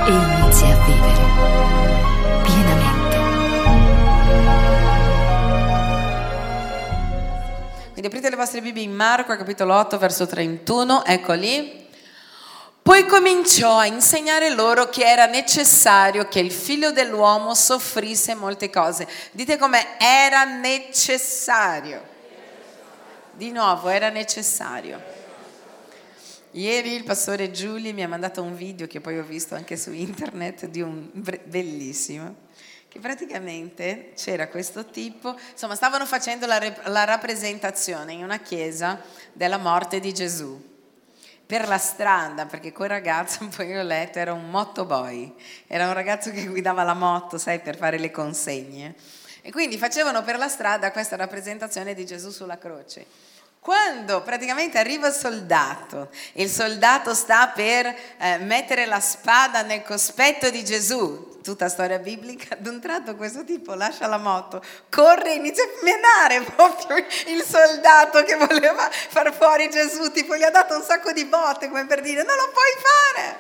e inizi a vivere pienamente. Quindi aprite le vostre Bibbie in Marco, capitolo 8, verso 31, ecco lì. Poi cominciò a insegnare loro che era necessario che il figlio dell'uomo soffrisse molte cose. Dite com'è, era necessario. Di nuovo, era necessario. Ieri il pastore Giulio mi ha mandato un video che poi ho visto anche su internet, di un bellissimo, che praticamente c'era questo tipo, insomma stavano facendo la rappresentazione in una chiesa della morte di Gesù. Per la strada, perché quel ragazzo, poi ho letto, era un motoboy, era un ragazzo che guidava la moto, sai, per fare le consegne. E quindi facevano per la strada questa rappresentazione di Gesù sulla croce. Quando praticamente arriva il soldato sta per mettere la spada nel cospetto di Gesù, tutta storia biblica, ad un tratto questo tipo lascia la moto, corre e inizia a menare proprio il soldato che voleva far fuori Gesù, tipo gli ha dato un sacco di botte come per dire non lo puoi fare.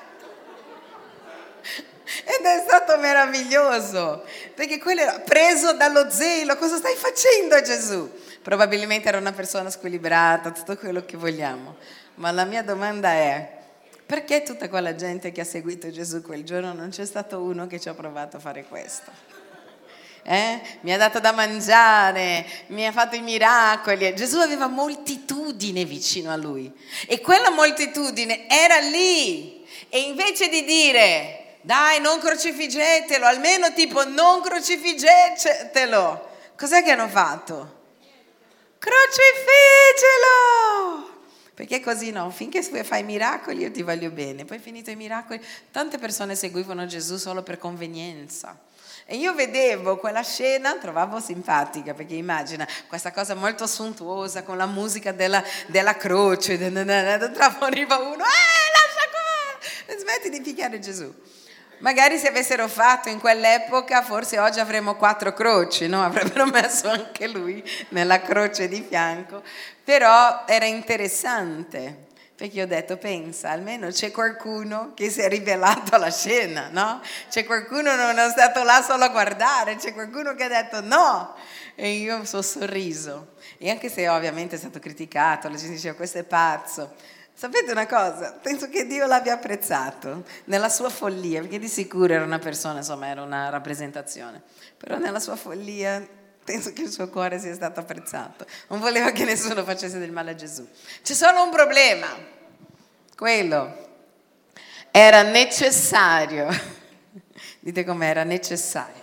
Ed è stato meraviglioso, perché quello era preso dallo zelo, cosa stai facendo Gesù? Probabilmente era una persona squilibrata, tutto quello che vogliamo, ma la mia domanda è: perché tutta quella gente che ha seguito Gesù quel giorno non c'è stato uno che ci ha provato a fare questo? Mi ha dato da mangiare, mi ha fatto i miracoli. Gesù aveva moltitudine vicino a lui e quella moltitudine era lì, e invece di dire dai non crocifiggetelo, almeno tipo non crocifiggetelo, cos'è che hanno fatto? Crocifiggelo! Perché così no, finché fai miracoli io ti voglio bene. Poi finito i miracoli, tante persone seguivano Gesù solo per convenienza. E io vedevo quella scena, trovavo simpatica, perché immagina questa cosa molto sontuosa con la musica della croce, arriva uno, lascia qua, smetti di picchiare Gesù. Magari se avessero fatto in quell'epoca forse oggi avremmo 4 croci, no? Avrebbero messo anche lui nella croce di fianco, però era interessante, perché ho detto pensa, almeno c'è qualcuno che si è rivelato alla scena, no? C'è qualcuno che non è stato là solo a guardare, c'è qualcuno che ha detto no, e io ho sorriso, e anche se ovviamente è stato criticato, la gente diceva questo è pazzo. Sapete una cosa? Penso che Dio l'abbia apprezzato nella sua follia, perché di sicuro era una persona, insomma era una rappresentazione, però nella sua follia penso che il suo cuore sia stato apprezzato, non voleva che nessuno facesse del male a Gesù. C'è solo un problema, quello era necessario, dite com'era necessario,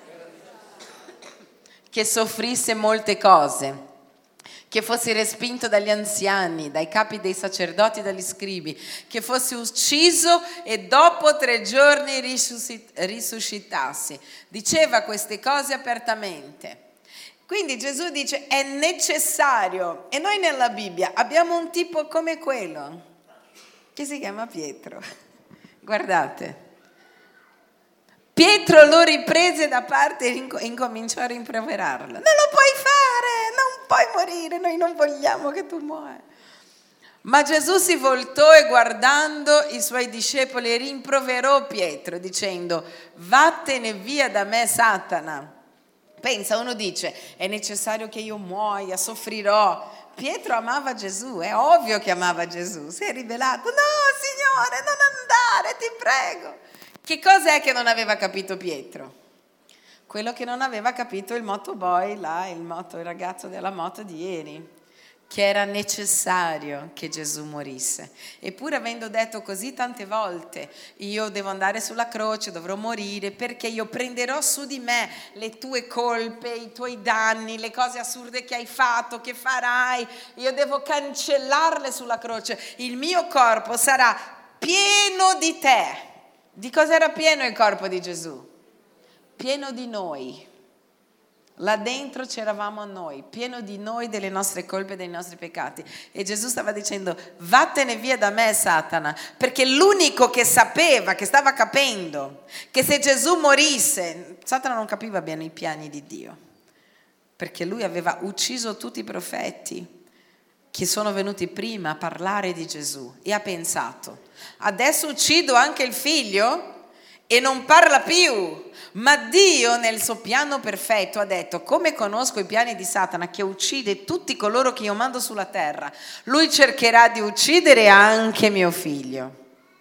che soffrisse molte cose, che fosse respinto dagli anziani, dai capi dei sacerdoti e dagli scribi, che fosse ucciso e dopo 3 giorni risuscitasse. Diceva queste cose apertamente. Quindi Gesù dice è necessario, e noi nella Bibbia abbiamo un tipo come quello, che si chiama Pietro. Guardate. Pietro lo riprese da parte e incominciò a rimproverarlo. Non lo puoi fare, non puoi morire, noi non vogliamo che tu muoia. Ma Gesù si voltò e guardando i suoi discepoli rimproverò Pietro dicendo vattene via da me Satana. Pensa, uno dice è necessario che io muoia, soffrirò. Pietro amava Gesù, è ovvio che amava Gesù, si è rivelato, no Signore non andare ti prego. Che cosa è che non aveva capito Pietro? Quello che non aveva capito il motoboy là, il ragazzo della moto di ieri, che era necessario che Gesù morisse. Eppure avendo detto così tante volte, io devo andare sulla croce, dovrò morire perché io prenderò su di me le tue colpe, i tuoi danni, le cose assurde che hai fatto, che farai, io devo cancellarle sulla croce, il mio corpo sarà pieno di te. Di cosa era pieno il corpo di Gesù? Pieno di noi. Là dentro c'eravamo noi, pieno di noi, delle nostre colpe, dei nostri peccati. E Gesù stava dicendo vattene via da me Satana, perché l'unico che sapeva, che stava capendo che se Gesù morisse, Satana non capiva bene i piani di Dio, perché lui aveva ucciso tutti i profeti che sono venuti prima a parlare di Gesù, e ha pensato adesso uccido anche il figlio e non parla più. Ma Dio nel suo piano perfetto ha detto: come conosco i piani di Satana che uccide tutti coloro che io mando sulla terra, lui cercherà di uccidere anche mio figlio,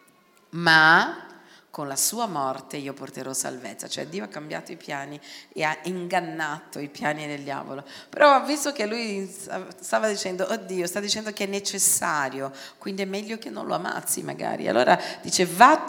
ma con la sua morte io porterò salvezza. Cioè Dio ha cambiato i piani e ha ingannato i piani del diavolo. Però visto che lui stava dicendo, oddio, sta dicendo che è necessario, quindi è meglio che non lo ammazzi magari. Allora dice,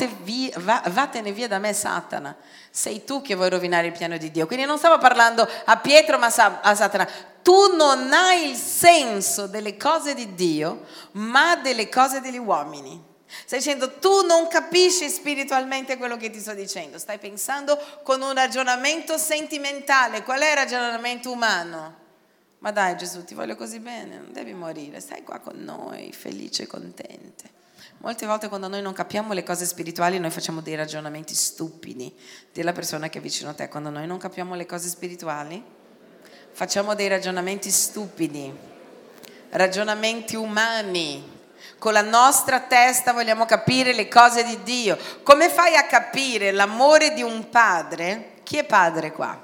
vattene via da me Satana, sei tu che vuoi rovinare il piano di Dio. Quindi non stava parlando a Pietro ma a Satana. Tu non hai il senso delle cose di Dio ma delle cose degli uomini. Stai dicendo, tu non capisci spiritualmente quello che ti sto dicendo, stai pensando con un ragionamento sentimentale. Qual è il ragionamento umano? Ma dai Gesù, ti voglio così bene, non devi morire, stai qua con noi, felice e contente. Molte volte quando noi non capiamo le cose spirituali noi facciamo dei ragionamenti stupidi della persona che è vicino a te. Quando noi non capiamo le cose spirituali facciamo dei ragionamenti stupidi, ragionamenti umani. Con la nostra testa vogliamo capire le cose di Dio. Come fai a capire l'amore di un padre? Chi è padre qua?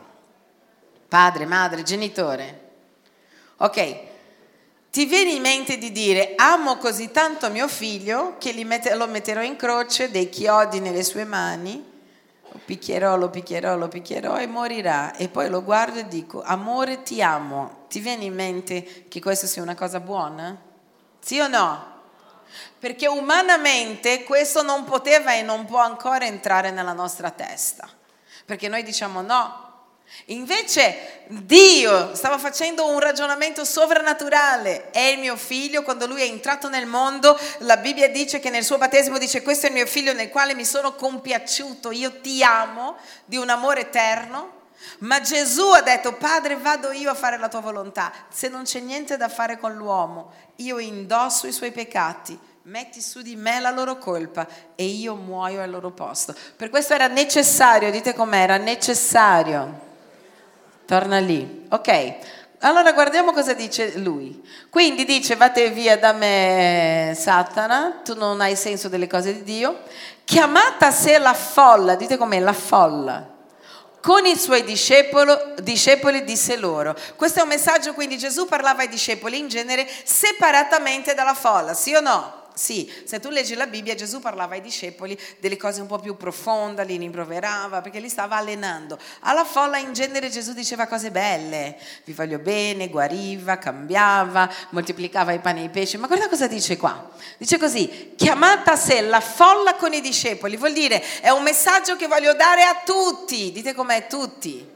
Padre, madre, genitore. Ok, ti viene in mente di dire, amo così tanto mio figlio che lo metterò in croce, dei chiodi nelle sue mani, lo picchierò e morirà. E poi lo guardo e dico, amore, ti amo. Ti viene in mente che questo sia una cosa buona? Sì o no? Perché umanamente questo non poteva e non può ancora entrare nella nostra testa, perché noi diciamo no. Invece Dio stava facendo un ragionamento sovrannaturale. È il mio figlio. Quando lui è entrato nel mondo, la Bibbia dice che nel suo battesimo dice, questo è il mio figlio nel quale mi sono compiaciuto, io ti amo di un amore eterno. Ma Gesù ha detto, Padre, vado io a fare la tua volontà. Se non c'è niente da fare con l'uomo, io indosso i suoi peccati, metti su di me la loro colpa e io muoio al loro posto. Per questo era necessario, dite com'era, necessario. Torna lì, ok. Allora guardiamo cosa dice lui. Quindi dice, vattene via da me Satana, tu non hai senso delle cose di Dio. Chiamata a sé la folla, dite com'è, la folla. Con i suoi discepoli disse loro. Questo è un messaggio, quindi Gesù parlava ai discepoli in genere separatamente dalla folla, sì o no? Sì, se tu leggi la Bibbia Gesù parlava ai discepoli delle cose un po' più profonde, li rimproverava perché li stava allenando. Alla folla in genere Gesù diceva cose belle, vi voglio bene, guariva, cambiava, moltiplicava i pani e i pesci. Ma guarda cosa dice qua, dice così, chiamata a sé la folla con i discepoli, vuol dire è un messaggio che voglio dare a tutti, dite com'è, tutti.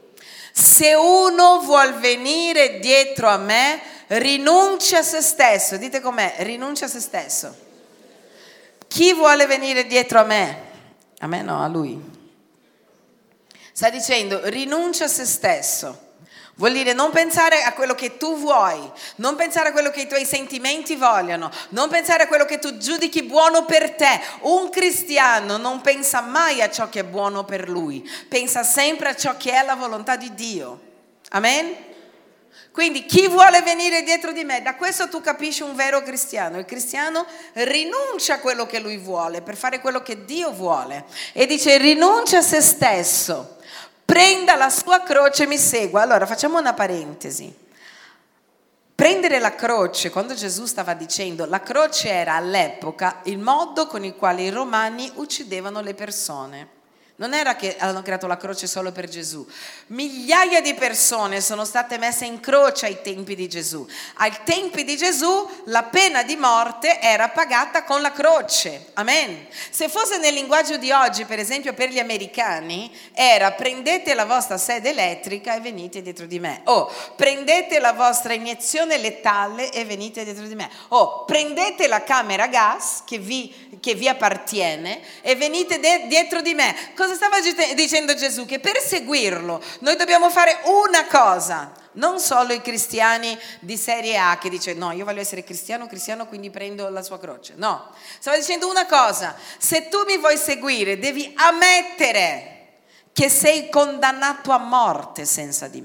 Se uno vuol venire dietro a me, rinuncia a se stesso. Dite com'è, rinuncia a se stesso. Chi vuole venire dietro a me? A me no, a lui. Sta dicendo, rinuncia a se stesso. Vuol dire non pensare a quello che tu vuoi, non pensare a quello che i tuoi sentimenti vogliono, non pensare a quello che tu giudichi buono per te. Un cristiano non pensa mai a ciò che è buono per lui, pensa sempre a ciò che è la volontà di Dio. Amen? Quindi chi vuole venire dietro di me, da questo tu capisci un vero cristiano. Il cristiano rinuncia a quello che lui vuole per fare quello che Dio vuole. E dice rinuncia a se stesso. Prenda la sua croce e mi segua. Allora facciamo una parentesi. Prendere la croce, quando Gesù stava dicendo, la croce era all'epoca il modo con il quale i romani uccidevano le persone. Non era che hanno creato la croce solo per Gesù. Migliaia di persone sono state messe in croce ai tempi di Gesù. Ai tempi di Gesù la pena di morte era pagata con la croce. Amen. Se fosse nel linguaggio di oggi, per esempio per gli americani, era prendete la vostra sede elettrica e venite dietro di me. O prendete la vostra iniezione letale e venite dietro di me. O prendete la camera gas che vi appartiene e venite dietro di me. Cosa stava dicendo Gesù? Che per seguirlo noi dobbiamo fare una cosa, non solo i cristiani di serie A che dice no, io voglio essere cristiano quindi prendo la sua croce. No, stava dicendo una cosa, se tu mi vuoi seguire devi ammettere che sei condannato a morte senza di me.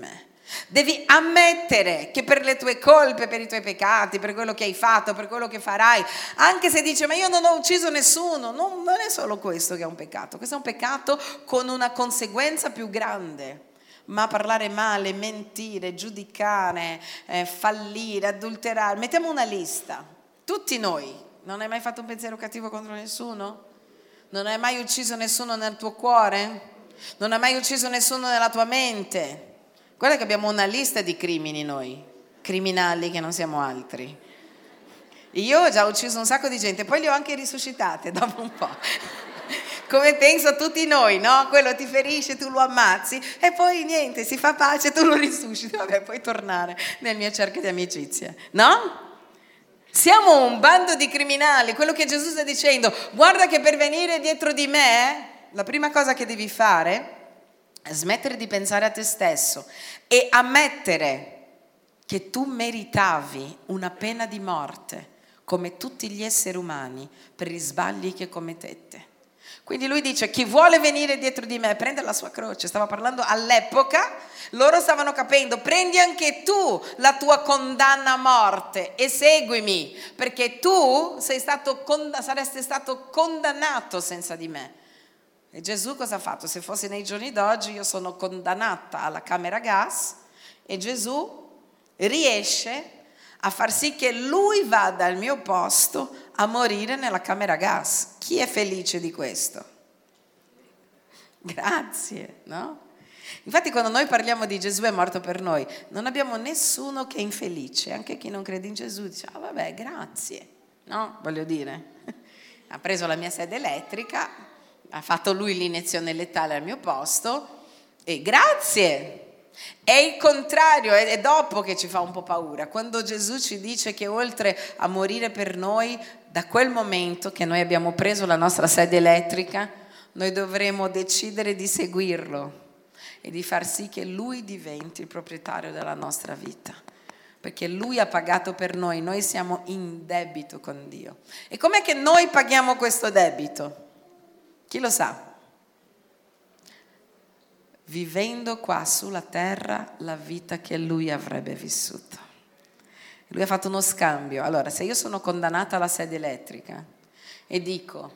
Devi ammettere che per le tue colpe, per i tuoi peccati, per quello che hai fatto, per quello che farai, anche se dici ma io non ho ucciso nessuno, non è solo questo che è un peccato, questo è un peccato con una conseguenza più grande. Ma parlare male, mentire, giudicare, fallire, adulterare, mettiamo una lista, tutti noi. Non hai mai fatto un pensiero cattivo contro nessuno? Non hai mai ucciso nessuno nel tuo cuore? Non hai mai ucciso nessuno nella tua mente? Guarda che abbiamo una lista di crimini noi, criminali che non siamo altri. Io ho già ucciso un sacco di gente, poi li ho anche risuscitate dopo un po'. Come penso tutti noi, no? Quello ti ferisce, tu lo ammazzi e poi niente, si fa pace, tu lo risusciti, vabbè, puoi tornare nel mio cerchio di amicizia, no? Siamo un bando di criminali, quello che Gesù sta dicendo, guarda che per venire dietro di me, la prima cosa che devi fare è smettere di pensare a te stesso e ammettere che tu meritavi una pena di morte come tutti gli esseri umani per gli sbagli che commettete. Quindi lui dice, chi vuole venire dietro di me prende la sua croce. Stava parlando all'epoca, loro stavano capendo, prendi anche tu la tua condanna a morte e seguimi, perché tu saresti stato condannato senza di me. E Gesù cosa ha fatto? Se fosse nei giorni d'oggi, io sono condannata alla camera gas e Gesù riesce a far sì che lui vada al mio posto a morire nella camera gas. Chi è felice di questo? Grazie, no? Infatti quando noi parliamo di Gesù è morto per noi, non abbiamo nessuno che è infelice, anche chi non crede in Gesù dice, vabbè, grazie, no? Voglio dire, ha preso la mia sede elettrica, ha fatto lui l'iniezione letale al mio posto e grazie. È il contrario, è dopo che ci fa un po' paura, quando Gesù ci dice che oltre a morire per noi, da quel momento che noi abbiamo preso la nostra sede elettrica, noi dovremo decidere di seguirlo e di far sì che lui diventi il proprietario della nostra vita, perché lui ha pagato per noi siamo in debito con Dio. E com'è che noi paghiamo questo debito? Chi lo sa? Vivendo qua sulla terra la vita che lui avrebbe vissuto. Lui ha fatto uno scambio. Allora, se io sono condannata alla sede elettrica e dico,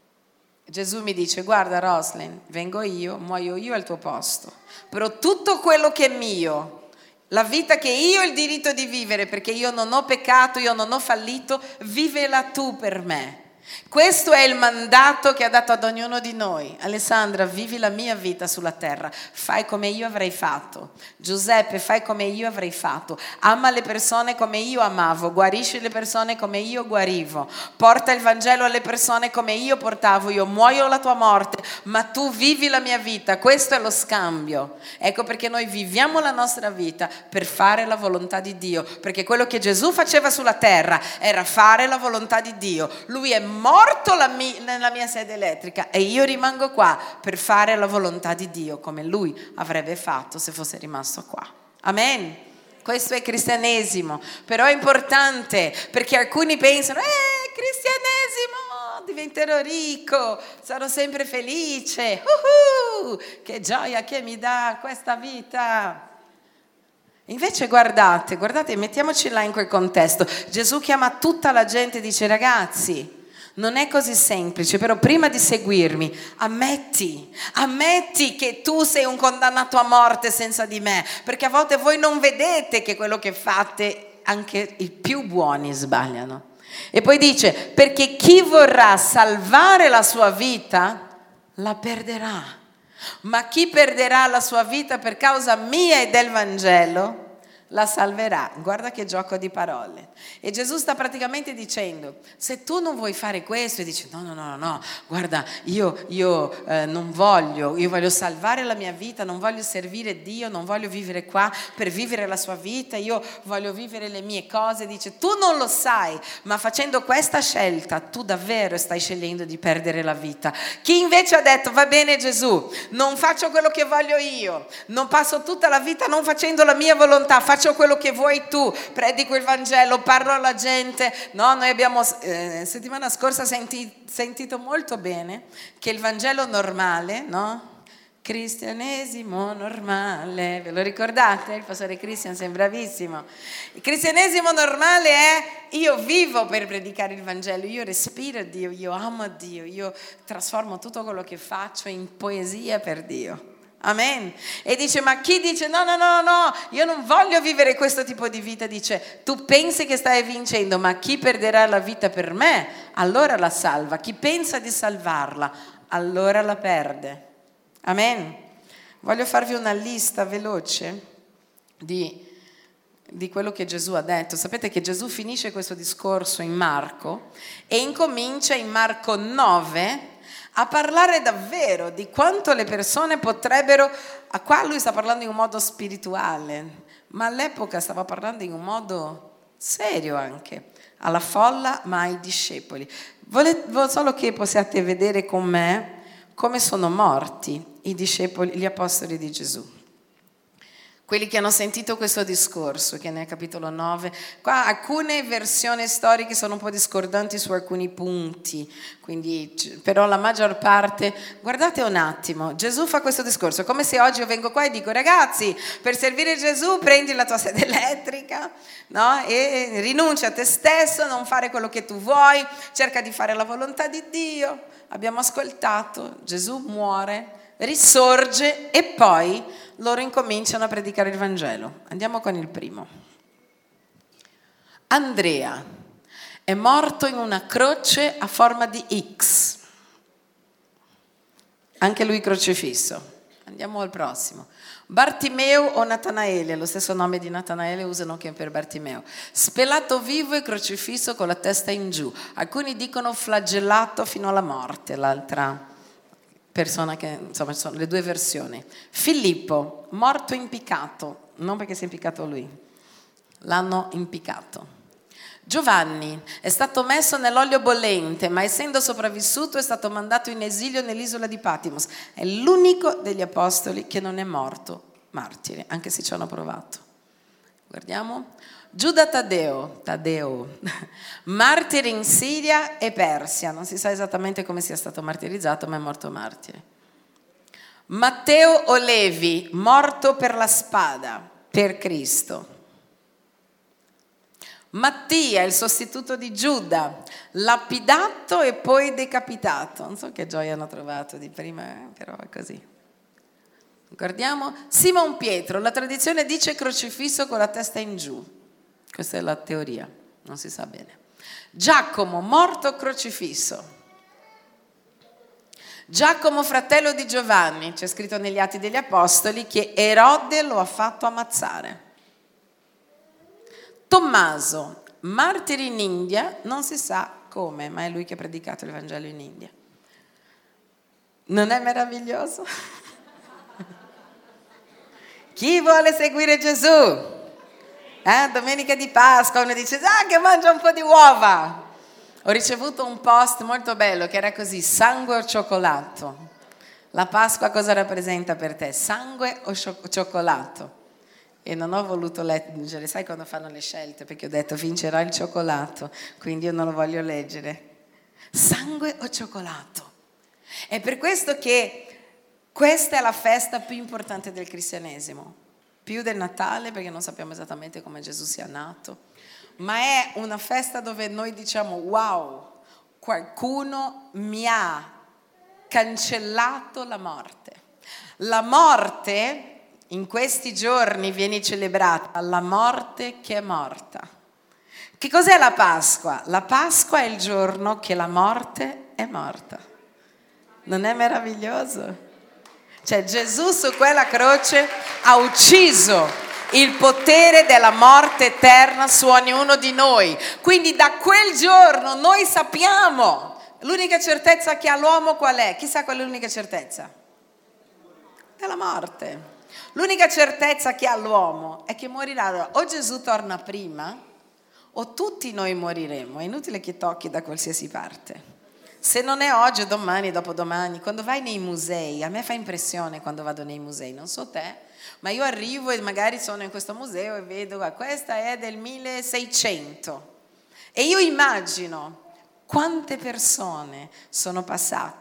Gesù mi dice, guarda Roslyn, vengo io, muoio io al tuo posto, però tutto quello che è mio, la vita che io ho il diritto di vivere, perché io non ho peccato, io non ho fallito, vivela tu per me. Questo è il mandato che ha dato ad ognuno di noi. Alessandra, vivi la mia vita sulla terra, fai come io avrei fatto. Giuseppe, fai come io avrei fatto. Ama le persone come io amavo, guarisci le persone come io guarivo, porta il Vangelo alle persone come io portavo. Io muoio la tua morte, ma tu vivi la mia vita. Questo è lo scambio. Ecco perché noi viviamo la nostra vita per fare la volontà di Dio, perché quello che Gesù faceva sulla terra era fare la volontà di Dio. Lui è morto nella mia sede elettrica e io rimango qua per fare la volontà di Dio come lui avrebbe fatto se fosse rimasto qua. Amen. Questo è cristianesimo, però è importante perché alcuni pensano cristianesimo, diventerò ricco, sarò sempre felice, che gioia che mi dà questa vita. Invece guardate, mettiamoci là in quel contesto. Gesù chiama tutta la gente e dice, ragazzi, non è così semplice, però prima di seguirmi, ammetti che tu sei un condannato a morte senza di me, perché a volte voi non vedete che quello che fate, anche i più buoni sbagliano. E poi dice, perché chi vorrà salvare la sua vita, la perderà. Ma chi perderà la sua vita per causa mia e del Vangelo la salverà. Guarda che gioco di parole. E Gesù sta praticamente dicendo, se tu non vuoi fare questo e dici no, guarda, io non voglio, io voglio salvare la mia vita, non voglio servire Dio, non voglio vivere qua per vivere la sua vita, io voglio vivere le mie cose, dice, tu non lo sai, ma facendo questa scelta tu davvero stai scegliendo di perdere la vita. Chi invece ha detto, va bene Gesù, non faccio quello che voglio io, non passo tutta la vita non facendo la mia volontà, faccio quello che vuoi tu, predico il Vangelo, parlo alla gente. No, noi abbiamo settimana scorsa sentito molto bene che il Vangelo normale, no? cristianesimo normale, ve lo ricordate? Il pastore Christian è bravissimo. Il cristianesimo normale è: io vivo per predicare il Vangelo, io respiro Dio, io amo Dio, io trasformo tutto quello che faccio in poesia per Dio. Amen. E dice: ma chi dice no, io non voglio vivere questo tipo di vita, dice: tu pensi che stai vincendo, ma chi perderà la vita per me, allora la salva. Chi pensa di salvarla, allora la perde. Amen. Voglio farvi una lista veloce di quello che Gesù ha detto. Sapete che Gesù finisce questo discorso in Marco e incomincia in Marco 9 a parlare davvero di quanto le persone potrebbero, a qua lui sta parlando in un modo spirituale, ma all'epoca stava parlando in un modo serio anche, alla folla ma ai discepoli. Volevo solo che possiate vedere con me come sono morti i discepoli, gli apostoli di Gesù. Quelli che hanno sentito questo discorso, che è nel capitolo 9, qua alcune versioni storiche sono un po' discordanti su alcuni punti, quindi, però la maggior parte, guardate un attimo, Gesù fa questo discorso, come se oggi io vengo qua e dico: ragazzi, per servire Gesù prendi la tua sede elettrica, no? E rinuncia a te stesso, non fare quello che tu vuoi, cerca di fare la volontà di Dio. Abbiamo ascoltato, Gesù muore, risorge e poi loro incominciano a predicare il Vangelo. Andiamo con il primo. Andrea è morto in una croce a forma di X, anche lui crocifisso. Andiamo al prossimo. Bartimeo o Natanaele, lo stesso nome di Natanaele usano anche per Bartimeo, spelato vivo e crocifisso con la testa in giù. Alcuni dicono flagellato fino alla morte, l'altra persona che, insomma, sono le due versioni. Filippo, morto impiccato, non perché si è impiccato lui, l'hanno impiccato. Giovanni è stato messo nell'olio bollente, ma essendo sopravvissuto è stato mandato in esilio nell'isola di Patmos. È l'unico degli apostoli che non è morto martire, anche se ci hanno provato. Guardiamo. Giuda Taddeo, martire in Siria e Persia, non si sa esattamente come sia stato martirizzato, ma è morto martire. Matteo o Levi, morto per la spada, per Cristo. Mattia, il sostituto di Giuda, lapidato e poi decapitato. Non so che gioia hanno trovato di prima, però è così. Guardiamo. Simon Pietro, la tradizione dice crocifisso con la testa in giù. Questa è la teoria, non si sa bene. Giacomo, morto crocifisso. Giacomo, fratello di Giovanni, c'è scritto negli Atti degli Apostoli che Erode lo ha fatto ammazzare. Tommaso, martire in India, non si sa come, ma è lui che ha predicato il Vangelo in India. Non è meraviglioso? Chi vuole seguire Gesù? Domenica di Pasqua uno dice: che mangia un po' di uova. Ho ricevuto un post molto bello che era così: sangue o cioccolato? La Pasqua cosa rappresenta per te? Sangue o cioccolato? E non ho voluto leggere, sai quando fanno le scelte, perché ho detto vincerà il cioccolato, quindi io non lo voglio leggere. Sangue o cioccolato? È per questo che questa è la festa più importante del cristianesimo, più del Natale, perché non sappiamo esattamente come Gesù sia nato, ma è una festa dove noi diciamo: wow, qualcuno mi ha cancellato la morte. La morte in questi giorni viene celebrata, la morte che è morta. Che cos'è la Pasqua? La Pasqua è il giorno che la morte è morta. Non è meraviglioso? Cioè Gesù su quella croce ha ucciso il potere della morte eterna su ognuno di noi. Quindi da quel giorno noi sappiamo, l'unica certezza che ha l'uomo qual è? Chissà qual è l'unica certezza? Della morte. L'unica certezza che ha l'uomo è che morirà. Allora, o Gesù torna prima o tutti noi moriremo. È inutile che tocchi da qualsiasi parte. Se non è oggi, domani, dopodomani. Quando vai nei musei, a me fa impressione quando vado nei musei, non so te, ma io arrivo e magari sono in questo museo e vedo: questa è del 1600 e io immagino quante persone sono passati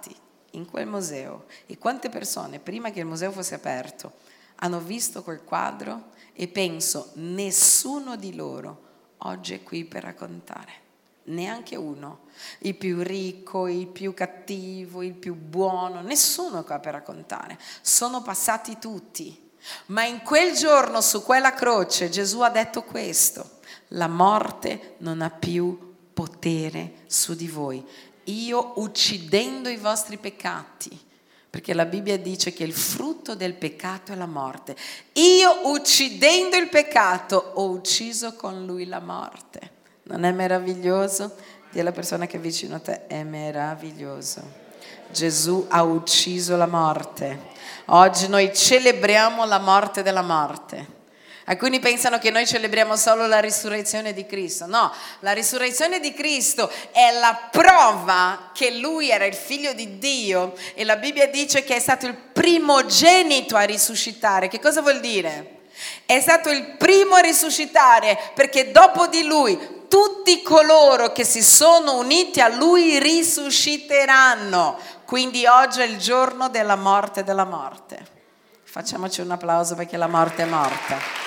in quel museo. E quante persone, prima che il museo fosse aperto, hanno visto quel quadro e penso, nessuno di loro oggi è qui per raccontare. Neanche uno. Il più ricco, il più cattivo, il più buono, nessuno è qua per raccontare. Sono passati tutti. Ma in quel giorno su quella croce Gesù ha detto questo: la morte non ha più potere su di voi. Io, uccidendo i vostri peccati, perché la Bibbia dice che il frutto del peccato è la morte, io, uccidendo il peccato, ho ucciso con lui la morte. Non è meraviglioso? Dì alla persona che è vicino a te, è meraviglioso. Gesù ha ucciso la morte. Oggi noi celebriamo la morte della morte. Alcuni pensano che noi celebriamo solo la risurrezione di Cristo. No, la risurrezione di Cristo è la prova che Lui era il Figlio di Dio, e la Bibbia dice che è stato il primogenito a risuscitare. Che cosa vuol dire? È stato il primo a risuscitare, perché dopo di Lui tutti coloro che si sono uniti a Lui risusciteranno. Quindi oggi è il giorno della morte della morte. Facciamoci un applauso perché la morte è morta.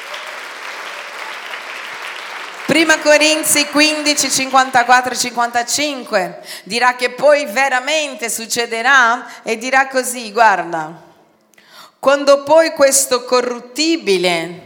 Prima Corinzi 15, 54 e 55 dirà che poi veramente succederà e dirà così, guarda: quando poi questo corruttibile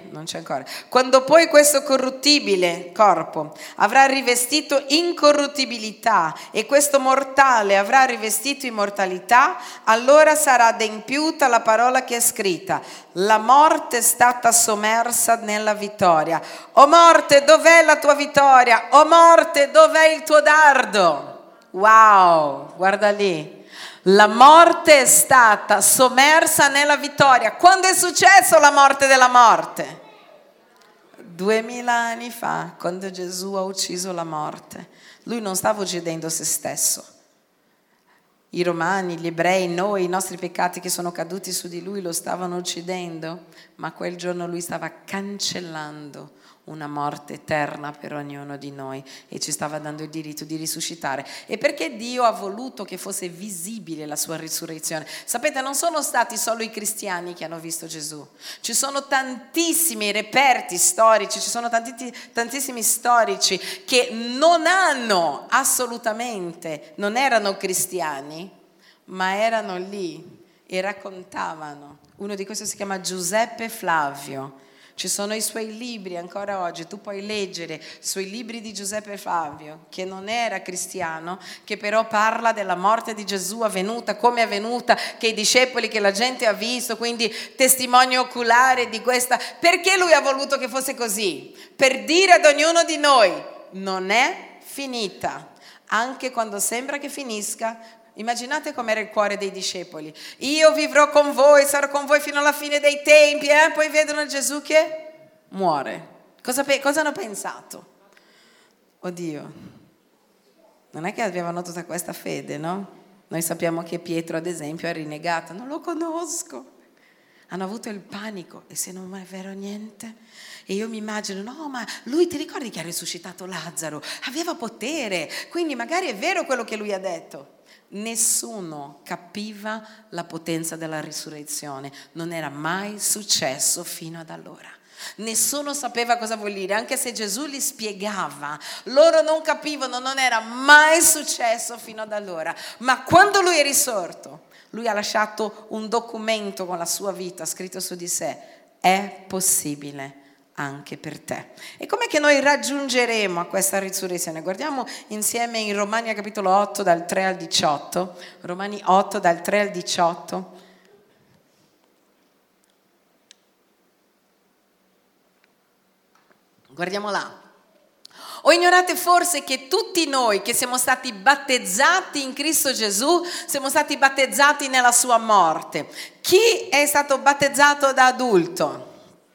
corpo avrà rivestito incorruttibilità e questo mortale avrà rivestito immortalità, allora sarà adempiuta la parola che è scritta: la morte è stata sommersa nella vittoria. O morte, dov'è la tua vittoria? O morte, dov'è il tuo dardo? Wow, guarda lì. La morte è stata sommersa nella vittoria. Quando è successo la morte della morte? 2000 anni fa, quando Gesù ha ucciso la morte. Lui non stava uccidendo se stesso. I romani, gli ebrei, noi, i nostri peccati che sono caduti su di lui lo stavano uccidendo, ma quel giorno lui stava cancellando una morte eterna per ognuno di noi e ci stava dando il diritto di risuscitare. E perché Dio ha voluto che fosse visibile la sua risurrezione? Sapete, non sono stati solo i cristiani che hanno visto Gesù, ci sono tantissimi reperti storici, ci sono tantissimi storici che non erano cristiani, ma erano lì e raccontavano. Uno di questi si chiama Giuseppe Flavio. Ci sono i suoi libri ancora oggi, tu puoi leggere sui libri di Giuseppe Flavio, che non era cristiano, che però parla della morte di Gesù avvenuta, come è avvenuta, che i discepoli, che la gente ha visto, quindi testimonio oculare di questa. Perché lui ha voluto che fosse così? Per dire ad ognuno di noi, non è finita, anche quando sembra che finisca. Immaginate com'era il cuore dei discepoli. Io vivrò con voi, sarò con voi fino alla fine dei tempi, poi vedono Gesù che muore. Cosa hanno pensato? Oddio, non è che avevano tutta questa fede, no? Noi sappiamo che Pietro, ad esempio, ha rinnegato: non lo conosco. Hanno avuto il panico: e se non è vero niente? E io mi immagino: no, ma lui, ti ricordi che ha risuscitato Lazzaro? Aveva potere, quindi magari è vero quello che lui ha detto. Nessuno capiva la potenza della risurrezione, non era mai successo fino ad allora. Nessuno sapeva cosa vuol dire, anche se Gesù li spiegava, loro non capivano, non era mai successo fino ad allora. Ma quando lui è risorto, lui ha lasciato un documento con la sua vita scritto su di sé: è possibile anche per te. E com'è che noi raggiungeremo a questa risurrezione? Guardiamo insieme in Romani capitolo 8 dal 3 al 18. Romani 8 dal 3 al 18. Guardiamo là. O ignorate forse che tutti noi che siamo stati battezzati in Cristo Gesù siamo stati battezzati nella sua morte? Chi è stato battezzato da adulto?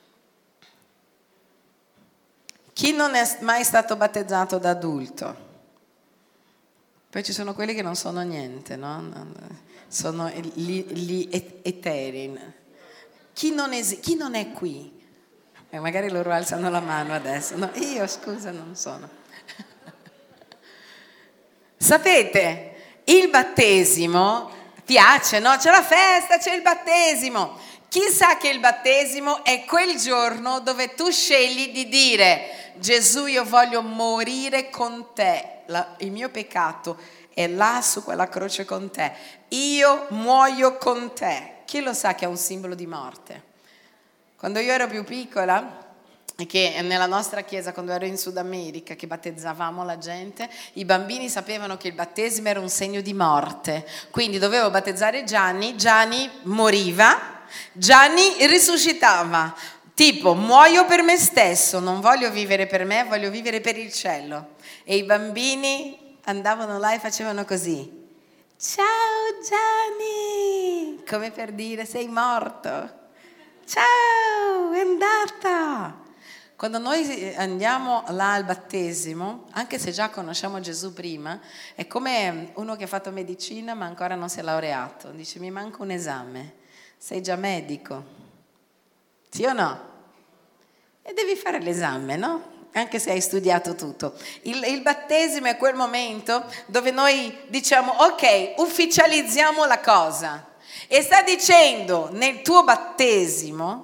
Chi non è mai stato battezzato da adulto? Poi ci sono quelli che non sono niente, no? Sono gli eteri. Chi non è qui? Magari loro alzano la mano adesso. No, io, scusa, non sono. Sapete, il battesimo piace, no? C'è la festa, c'è il battesimo. Chi sa che il battesimo è quel giorno dove tu scegli di dire: Gesù, io voglio morire con te, il mio peccato è là su quella croce con te, io muoio con te. Chi lo sa che è un simbolo di morte? Quando io ero più piccola, che nella nostra chiesa, quando ero in Sud America, che battezzavamo la gente, i bambini sapevano che il battesimo era un segno di morte, quindi dovevo battezzare Gianni, Gianni moriva, Gianni risuscitava, tipo muoio per me stesso, non voglio vivere per me, voglio vivere per il cielo. E i bambini andavano là e facevano così: ciao Gianni, come per dire sei morto, ciao, è andata. Quando noi andiamo là al battesimo, anche se già conosciamo Gesù prima, è come uno che ha fatto medicina ma ancora non si è laureato, dice: mi manca un esame, sei già medico, sì o no? E devi fare l'esame, no? Anche se hai studiato tutto. Il battesimo è quel momento dove noi diciamo: ok, ufficializziamo la cosa. E sta dicendo nel tuo battesimo,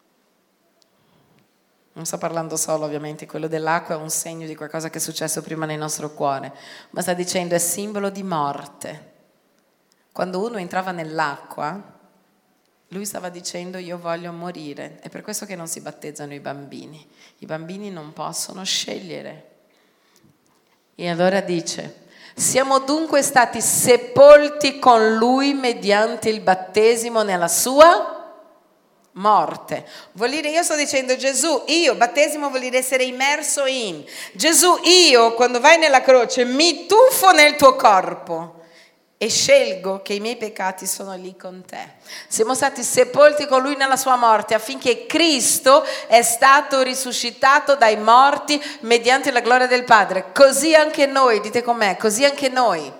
non sto parlando solo ovviamente, quello dell'acqua è un segno di qualcosa che è successo prima nel nostro cuore, ma sta dicendo è simbolo di morte. Quando uno entrava nell'acqua, lui stava dicendo: io voglio morire. È per questo che non si battezzano i bambini non possono scegliere. E allora dice: siamo dunque stati sepolti con lui mediante il battesimo nella sua morte. Vuol dire, io sto dicendo Gesù, io, battesimo vuol dire essere immerso in Gesù, io quando vai nella croce mi tuffo nel tuo corpo e scelgo che i miei peccati sono lì con te. Siamo stati sepolti con lui nella sua morte affinché Cristo è stato risuscitato dai morti mediante la gloria del Padre. Così anche noi, dite con me, così anche noi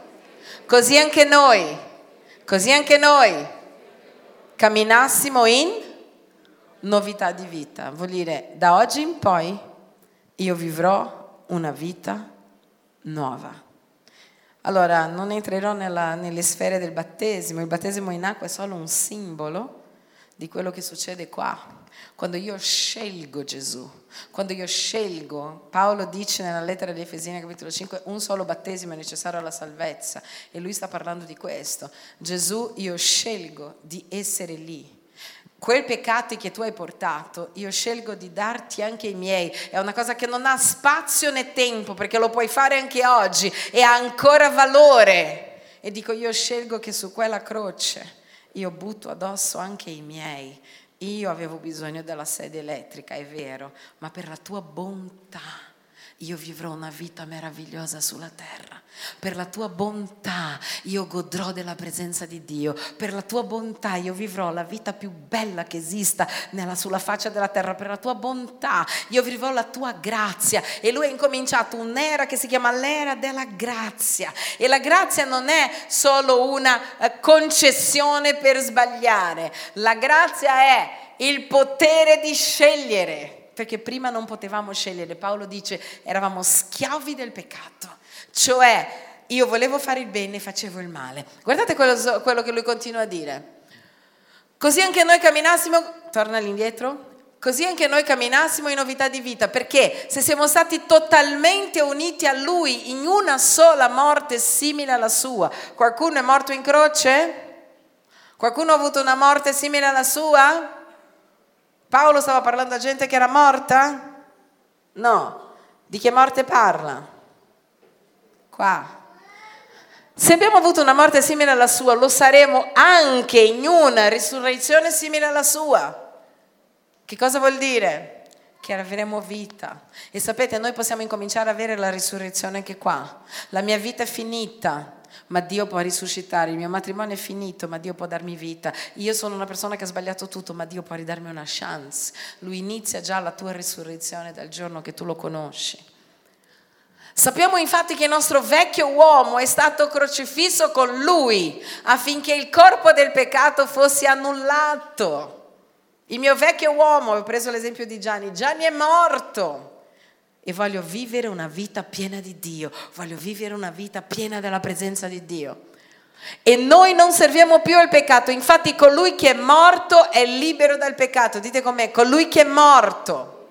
camminassimo in novità di vita. Vuol dire, da oggi in poi io vivrò una vita nuova. Allora, non entrerò nelle sfere del battesimo. Il battesimo in acqua è solo un simbolo di quello che succede qua. Quando io scelgo Gesù, quando io scelgo, Paolo dice nella lettera agli Efesini capitolo 5, un solo battesimo è necessario alla salvezza, e lui sta parlando di questo. Gesù, io scelgo di essere lì. Quel peccato che tu hai portato, io scelgo di darti anche i miei. È una cosa che non ha spazio né tempo, perché lo puoi fare anche oggi e ha ancora valore. E dico, io scelgo che su quella croce io butto addosso anche i miei. Io avevo bisogno della sedia elettrica, è vero, ma per la tua bontà io vivrò una vita meravigliosa sulla terra. Per la tua bontà io godrò della presenza di Dio. Per la tua bontà io vivrò la vita più bella che esista sulla faccia della terra. Per la tua bontà io vivrò la tua grazia. E lui ha incominciato un'era che si chiama l'era della grazia. E la grazia non è solo una concessione per sbagliare. La grazia è il potere di scegliere. Perché prima non potevamo scegliere. Paolo dice, eravamo schiavi del peccato. Cioè, io volevo fare il bene e facevo il male. Guardate quello che lui continua a dire. Così anche noi camminassimo, torna all'indietro, così anche noi camminassimo in novità di vita. Perché se siamo stati totalmente uniti a lui in una sola morte simile alla sua. Qualcuno è morto in croce? Qualcuno ha avuto una morte simile alla sua? Paolo stava parlando a gente che era morta? No. Di che morte parla? Qua. Se abbiamo avuto una morte simile alla sua, lo saremo anche in una risurrezione simile alla sua. Che cosa vuol dire? Che avremo vita. E sapete, noi possiamo incominciare ad avere la risurrezione anche qua. La mia vita è finita, ma Dio può risuscitare. Il mio matrimonio è finito, ma Dio può darmi vita. Io sono una persona che ha sbagliato tutto, ma Dio può ridarmi una chance. Lui inizia già la tua risurrezione dal giorno che tu lo conosci. Sappiamo infatti che il nostro vecchio uomo è stato crocifisso con lui affinché il corpo del peccato fosse annullato. Il mio vecchio uomo, ho preso l'esempio di Gianni è morto. E voglio vivere una vita piena di Dio, voglio vivere una vita piena della presenza di Dio. E noi non serviamo più al peccato. Infatti colui che è morto è libero dal peccato. Dite con me, colui che è morto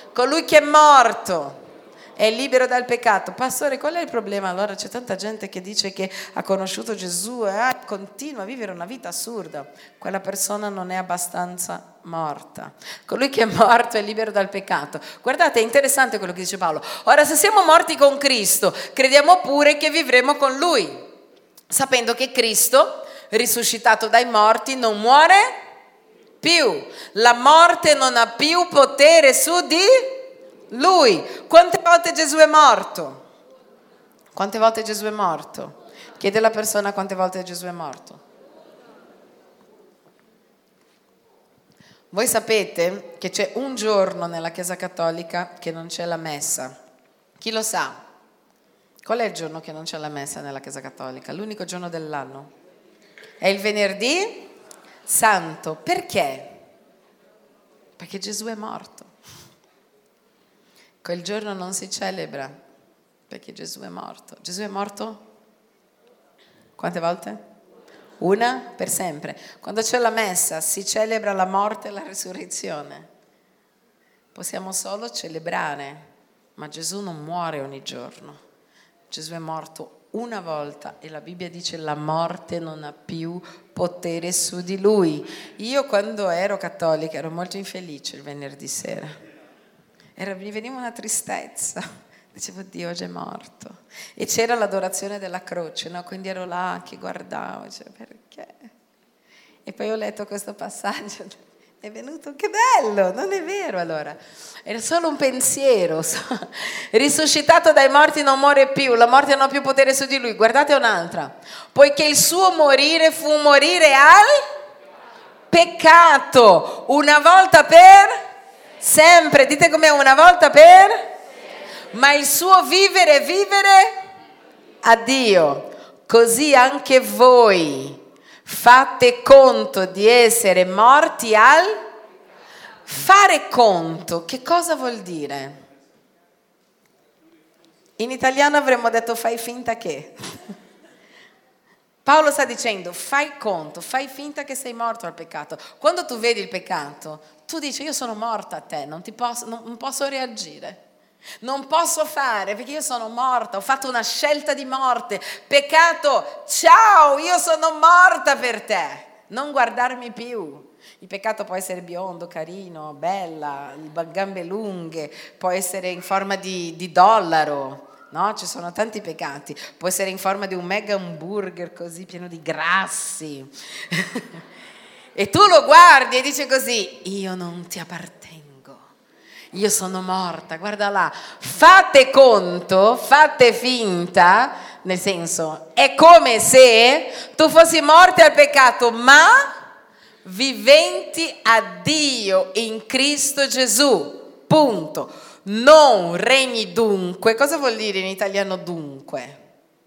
è libero dal peccato. Pastore, qual è il problema? Allora c'è tanta gente che dice che ha conosciuto Gesù e continua a vivere una vita assurda. Quella persona non è abbastanza morta. Colui che è morto è libero dal peccato. Guardate, è interessante quello che dice Paolo. Ora, se siamo morti con Cristo, crediamo pure che vivremo con Lui, sapendo che Cristo, risuscitato dai morti, non muore più. La morte non ha più potere su di Lui. Quante volte Gesù è morto? Quante volte Gesù è morto? Chiede alla persona quante volte Gesù è morto. Voi sapete che c'è un giorno nella Chiesa Cattolica che non c'è la messa. Chi lo sa? Qual è il giorno che non c'è la messa nella Chiesa Cattolica? L'unico giorno dell'anno. È il venerdì santo. Perché? Perché Gesù è morto. Quel giorno non si celebra perché Gesù è morto. Gesù è morto? Quante volte? Una per sempre. Quando c'è la messa si celebra la morte e la risurrezione. Possiamo solo celebrare, ma Gesù non muore ogni giorno. Gesù è morto una volta e la Bibbia dice la morte non ha più potere su di lui. Io quando ero cattolica ero molto infelice il venerdì sera. Mi veniva una tristezza, dicevo Dio oggi è morto. E c'era l'adorazione della croce, no? Quindi ero là che guardavo, dicevo perché? E poi ho letto questo passaggio, è venuto, che bello, non è vero allora? Era solo un pensiero, risuscitato dai morti non muore più, la morte non ha più potere su di lui. Guardate un'altra, poiché il suo morire fu morire al peccato, una volta per sempre, dite com'è, una volta per, ma il suo vivere è vivere a Dio. Così anche voi fate conto di essere morti al fare conto. Che cosa vuol dire? In italiano avremmo detto fai finta che. Paolo sta dicendo fai conto, fai finta che sei morto al peccato. Quando tu vedi il peccato, tu dici io sono morta a te, non posso reagire, non posso fare perché io sono morta, ho fatto una scelta di morte. Peccato, ciao, io sono morta per te, non guardarmi più. Il peccato può essere biondo, carino, bella, gambe lunghe, può essere in forma di dollaro. No, ci sono tanti peccati. Può essere in forma di un mega hamburger così pieno di grassi. E tu lo guardi e dici così: io non ti appartengo, io sono morta. Guarda là, fate conto, fate finta, nel senso è come se tu fossi morti al peccato, ma viventi a Dio in Cristo Gesù. Punto. Non regni dunque. Cosa vuol dire in italiano dunque?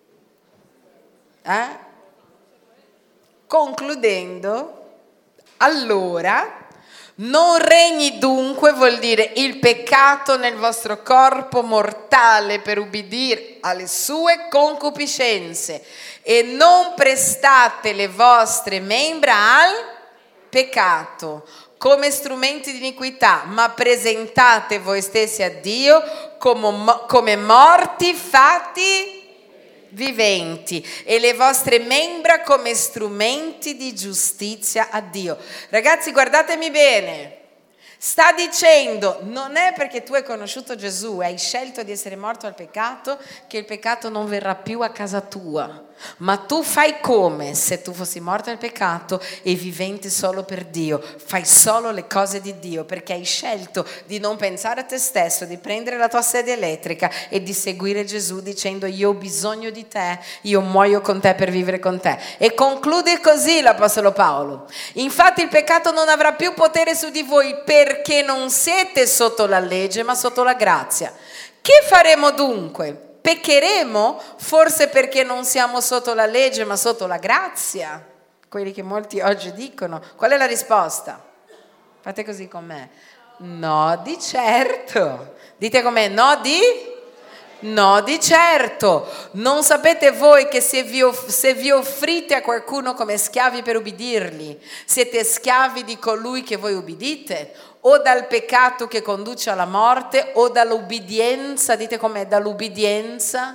Concludendo, allora, non regni dunque vuol dire il peccato nel vostro corpo mortale per ubbidire alle sue concupiscenze, e non prestate le vostre membra al peccato come strumenti di iniquità, ma presentate voi stessi a Dio come morti fatti viventi, e le vostre membra come strumenti di giustizia a Dio. Ragazzi, guardatemi bene. Sta dicendo, non è perché tu hai conosciuto Gesù e hai scelto di essere morto al peccato che il peccato non verrà più a casa tua, ma tu fai come se tu fossi morto al peccato e vivente solo per Dio, fai solo le cose di Dio perché hai scelto di non pensare a te stesso, di prendere la tua sedia elettrica e di seguire Gesù dicendo io ho bisogno di te, io muoio con te per vivere con te. E conclude così l'Apostolo Paolo: infatti il peccato non avrà più potere su di voi perché non siete sotto la legge ma sotto la grazia. Che faremo dunque? Peccheremo forse perché non siamo sotto la legge ma sotto la grazia? Quelli che molti oggi dicono. Qual è la risposta? Fate così con me. No, di certo. Dite con me, no di? No, di certo. Non sapete voi che se vi offrite a qualcuno come schiavi per ubbidirgli, siete schiavi di colui che voi ubbidite? O dal peccato che conduce alla morte, o dall'ubbidienza, dite com'è, dall'ubbidienza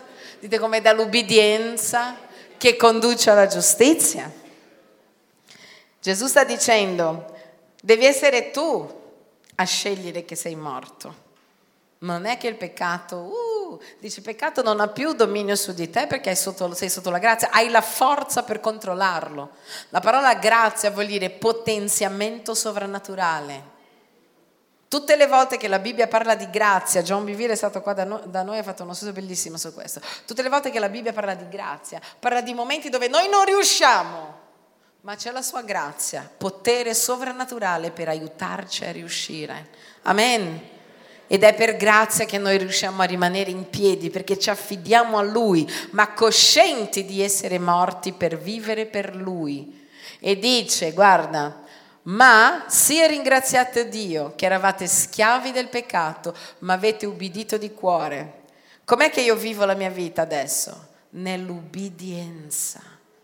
che conduce alla giustizia. Gesù sta dicendo, devi essere tu a scegliere che sei morto. Non è che il peccato, dice, il peccato non ha più dominio su di te perché sei sotto la grazia, hai la forza per controllarlo. La parola grazia vuol dire potenziamento sovrannaturale. Tutte le volte che la Bibbia parla di grazia, John Bevere è stato qua da noi, ha fatto uno studio bellissimo su questo. Tutte le volte che la Bibbia parla di grazia, parla di momenti dove noi non riusciamo, ma c'è la sua grazia, potere sovrannaturale per aiutarci a riuscire. Amen. Ed è per grazia che noi riusciamo a rimanere in piedi, perché ci affidiamo a Lui, ma coscienti di essere morti per vivere per Lui. E dice, guarda, ma sia ringraziato Dio che eravate schiavi del peccato, ma avete ubbidito di cuore. Com'è che io vivo la mia vita adesso? Nell'ubbidienza.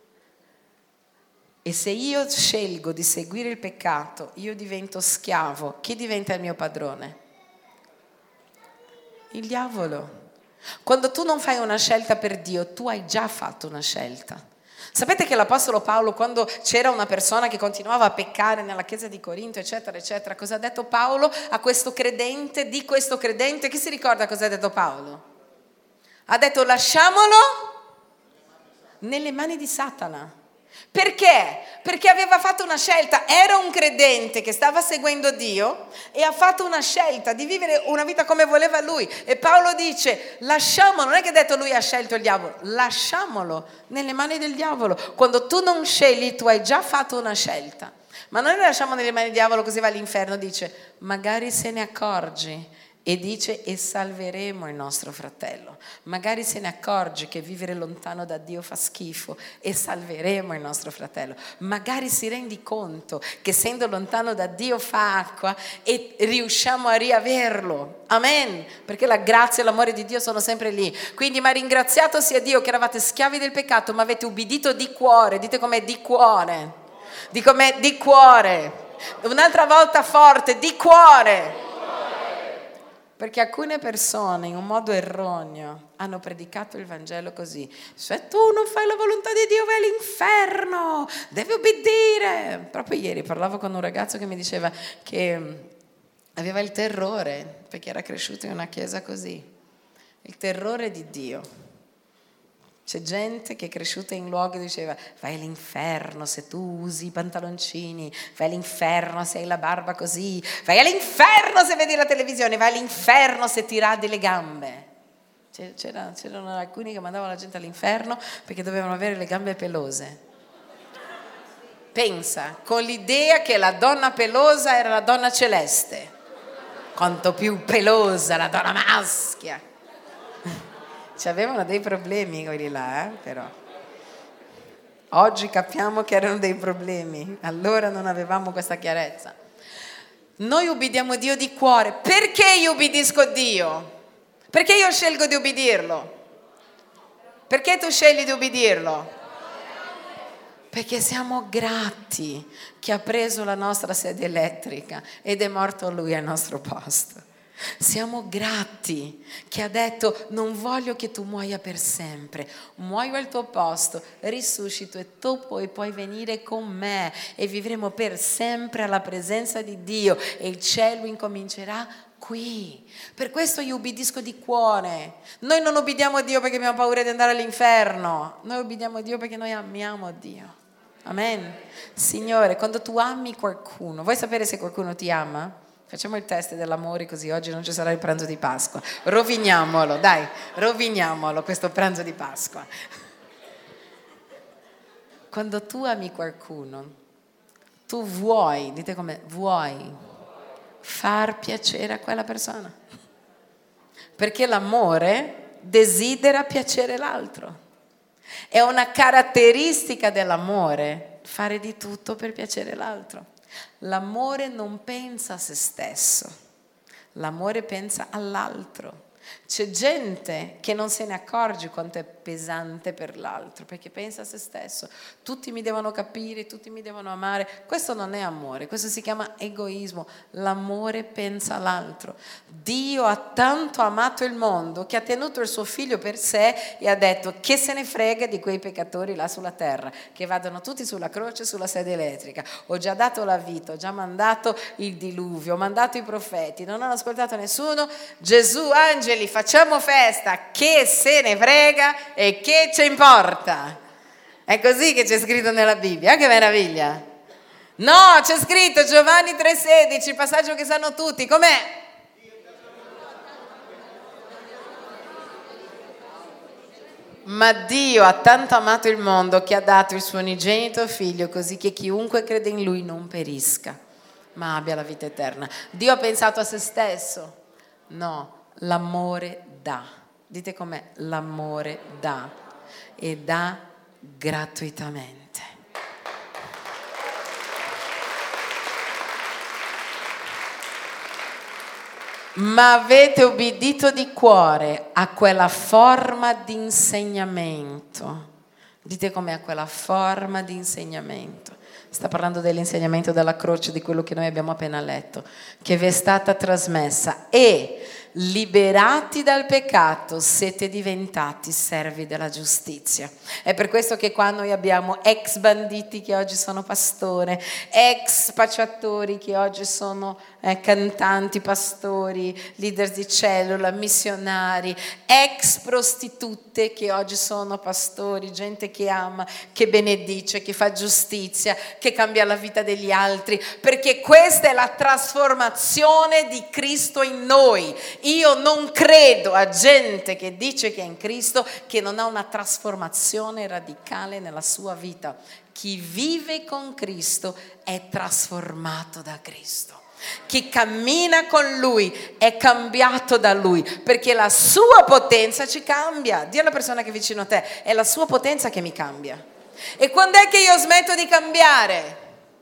E se io scelgo di seguire il peccato, io divento schiavo. Chi diventa il mio padrone? Il diavolo. Quando tu non fai una scelta per Dio, tu hai già fatto una scelta. Sapete che l'Apostolo Paolo, quando c'era una persona che continuava a peccare nella chiesa di Corinto, eccetera, eccetera, cosa ha detto Paolo a questo credente, di questo credente? Chi si ricorda cosa ha detto Paolo? Ha detto lasciamolo nelle mani di Satana. Perché? Perché aveva fatto una scelta, era un credente che stava seguendo Dio e ha fatto una scelta di vivere una vita come voleva lui. E Paolo dice, lasciamolo, non è che ha detto lui ha scelto il diavolo, lasciamolo nelle mani del diavolo. Quando tu non scegli, tu hai già fatto una scelta. Ma non le lasciamo nelle mani del diavolo così va all'inferno, dice, magari se ne accorgi. E dice, e salveremo il nostro fratello. Magari se ne accorge che vivere lontano da Dio fa schifo e salveremo il nostro fratello. Magari si rendi conto che essendo lontano da Dio fa acqua e riusciamo a riaverlo. Amen. Perché la grazia e l'amore di Dio sono sempre lì. Quindi, ma ringraziato sia Dio che eravate schiavi del peccato, ma avete ubbidito di cuore. Dite com'è, di cuore. Dite com'è, di cuore. Un'altra volta forte, di cuore. Perché alcune persone in un modo erroneo hanno predicato il Vangelo così. Se tu non fai la volontà di Dio vai all'inferno, devi obbedire. Proprio ieri parlavo con un ragazzo che mi diceva che aveva il terrore, perché era cresciuto in una chiesa così. Il terrore di Dio. C'è gente che è cresciuta in luoghi dove diceva vai all'inferno se tu usi i pantaloncini, vai all'inferno se hai la barba così, vai all'inferno se vedi la televisione, vai all'inferno se ti radi le gambe. C'erano alcuni che mandavano la gente all'inferno perché dovevano avere le gambe pelose. Pensa, con l'idea che la donna pelosa era la donna celeste. Quanto più pelosa la donna maschia. Avevano dei problemi quelli là, però. Oggi capiamo che erano dei problemi, allora non avevamo questa chiarezza. Noi ubbidiamo Dio di cuore. Perché io ubbidisco Dio? Perché io scelgo di ubbidirlo? Perché tu scegli di ubbidirlo? Perché siamo grati che ha preso la nostra sedia elettrica ed è morto Lui al nostro posto. Siamo grati che ha detto non voglio che tu muoia per sempre, muoio al tuo posto, risuscito e tu puoi venire con me e vivremo per sempre alla presenza di Dio e il cielo incomincerà qui. Per questo io ubbidisco di cuore. Noi non ubbidiamo a Dio perché abbiamo paura di andare all'inferno, noi ubbidiamo a Dio perché noi amiamo Dio. Amen. Signore, quando tu ami qualcuno, vuoi sapere se qualcuno ti ama? Facciamo il test dell'amore così oggi non ci sarà il pranzo di Pasqua. Roviniamolo, dai, roviniamolo questo pranzo di Pasqua. Quando tu ami qualcuno, tu vuoi, dite come, vuoi far piacere a quella persona. Perché l'amore desidera piacere l'altro. È una caratteristica dell'amore fare di tutto per piacere l'altro. L'amore non pensa a se stesso, l'amore pensa all'altro. C'è gente che non se ne accorge quanto è pesante per l'altro, perché pensa a se stesso, tutti mi devono capire, tutti mi devono amare. Questo non è amore, questo si chiama egoismo. L'amore pensa all'altro. Dio ha tanto amato il mondo che ha tenuto il suo figlio per sé e ha detto: che se ne frega di quei peccatori là sulla terra, che vadano tutti sulla croce, sulla sedia elettrica. Ho già dato la vita, ho già mandato il diluvio, ho mandato i profeti, non hanno ascoltato nessuno. Gesù, angeli, facciamo festa, che se ne frega e che ci importa. È così che c'è scritto nella Bibbia, che meraviglia. No, c'è scritto Giovanni 3,16, il passaggio che sanno tutti, com'è? Ma Dio ha tanto amato il mondo che ha dato il suo unigenito figlio, così che chiunque crede in lui non perisca, ma abbia la vita eterna. Dio ha pensato a se stesso? No, l'amore dà. Dite com'è? L'amore dà e dà gratuitamente. Ma avete obbedito di cuore a quella forma di insegnamento. Dite com'è, a quella forma di insegnamento. Sta parlando dell'insegnamento della croce, di quello che noi abbiamo appena letto, che vi è stata trasmessa, e liberati dal peccato siete diventati servi della giustizia. È per questo che qua noi abbiamo ex banditi che oggi sono pastore, ex spacciatori che oggi sono cantanti, pastori, leader di cellula, missionari, ex prostitute che oggi sono pastori, gente che ama, che benedice, che fa giustizia, che cambia la vita degli altri, perché questa è la trasformazione di Cristo in noi. Io non credo a gente che dice che è in Cristo che non ha una trasformazione radicale nella sua vita. Chi vive con Cristo è trasformato da Cristo. Chi cammina con Lui è cambiato da Lui, perché la sua potenza ci cambia. Dì alla persona che è vicino a te: è la sua potenza che mi cambia. E quando è che io smetto di cambiare?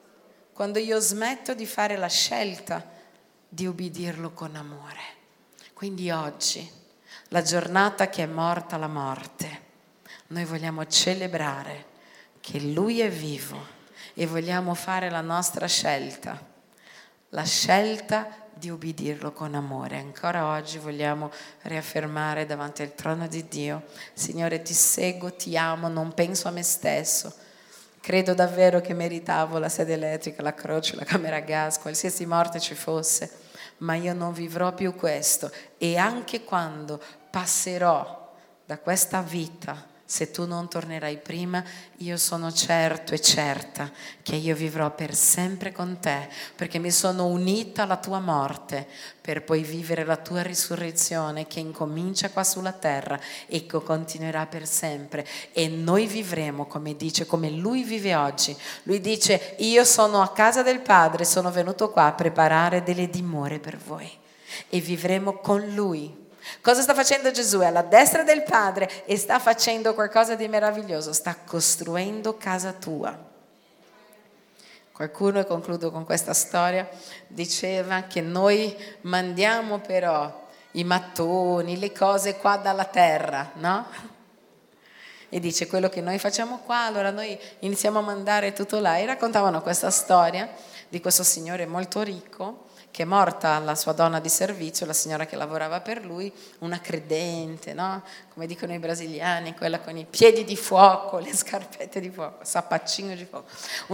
Quando io smetto di fare la scelta di ubbidirlo con amore. Quindi oggi, la giornata che è morta la morte, noi vogliamo celebrare che Lui è vivo e vogliamo fare la nostra scelta. La scelta di ubbidirlo con amore. Ancora oggi vogliamo riaffermare davanti al trono di Dio: Signore, ti seguo, ti amo, non penso a me stesso. Credo davvero che meritavo la sedia elettrica, la croce, la camera a gas, qualsiasi morte ci fosse, ma io non vivrò più questo. E anche quando passerò da questa vita, se tu non tornerai prima, io sono certo e certa che io vivrò per sempre con te, perché mi sono unita alla tua morte, per poi vivere la tua risurrezione che incomincia qua sulla terra e che continuerà per sempre. E noi vivremo, come dice, come Lui vive oggi. Lui dice: io sono a casa del Padre, sono venuto qua a preparare delle dimore per voi. E vivremo con Lui. Cosa sta facendo Gesù? È alla destra del Padre e sta facendo qualcosa di meraviglioso, sta costruendo casa tua. Qualcuno, e concludo con questa storia, diceva che noi mandiamo però i mattoni, le cose qua dalla terra, no? E dice: quello che noi facciamo qua, allora noi iniziamo a mandare tutto là. E raccontavano questa storia di questo signore molto ricco, che è morta la sua donna di servizio, la signora che lavorava per lui, una credente, no? Come dicono i brasiliani, quella con i piedi di fuoco, le scarpette di fuoco, sappaccino di fuoco,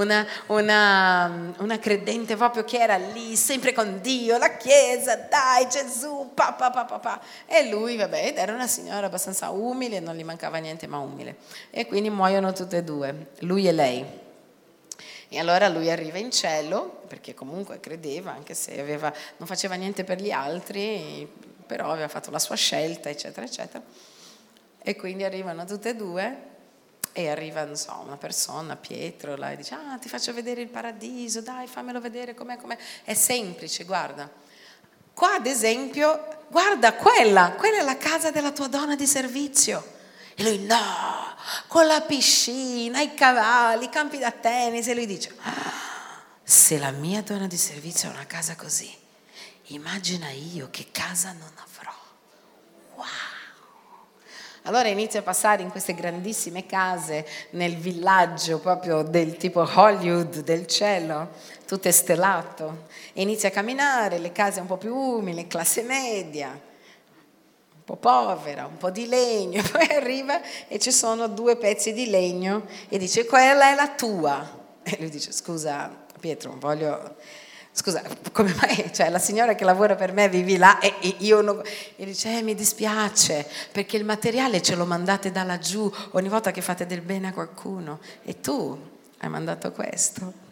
una credente proprio che era lì, sempre con Dio, la chiesa, dai Gesù, pa. E lui, vabbè, era una signora abbastanza umile, non gli mancava niente ma umile. E quindi muoiono tutte e due, lui e lei. E allora lui arriva in cielo, perché comunque credeva, anche se non faceva niente per gli altri, però aveva fatto la sua scelta, eccetera, eccetera. E quindi arrivano tutte e due, e arriva, non so, una persona, Pietro, là, e dice: ti faccio vedere il paradiso, dai, fammelo vedere com'è. È semplice, guarda. Qua, ad esempio, guarda, quella è la casa della tua donna di servizio. E lui: no, con la piscina, i cavalli, i campi da tennis. E lui dice: se la mia donna di servizio ha una casa così, immagina io che casa non avrò. Allora inizia a passare in queste grandissime case nel villaggio proprio del tipo Hollywood del cielo, tutto è stellato, e inizia a camminare, le case un po' più umili, classe media, un po' povera, un po' di legno, e poi arriva e ci sono 2 pezzi di legno e dice: quella è la tua. E lui dice: scusa Pietro, scusa, come mai? Cioè, la signora che lavora per me vivi là e io non... E dice: mi dispiace, perché il materiale ce lo mandate da laggiù ogni volta che fate del bene a qualcuno e tu hai mandato questo.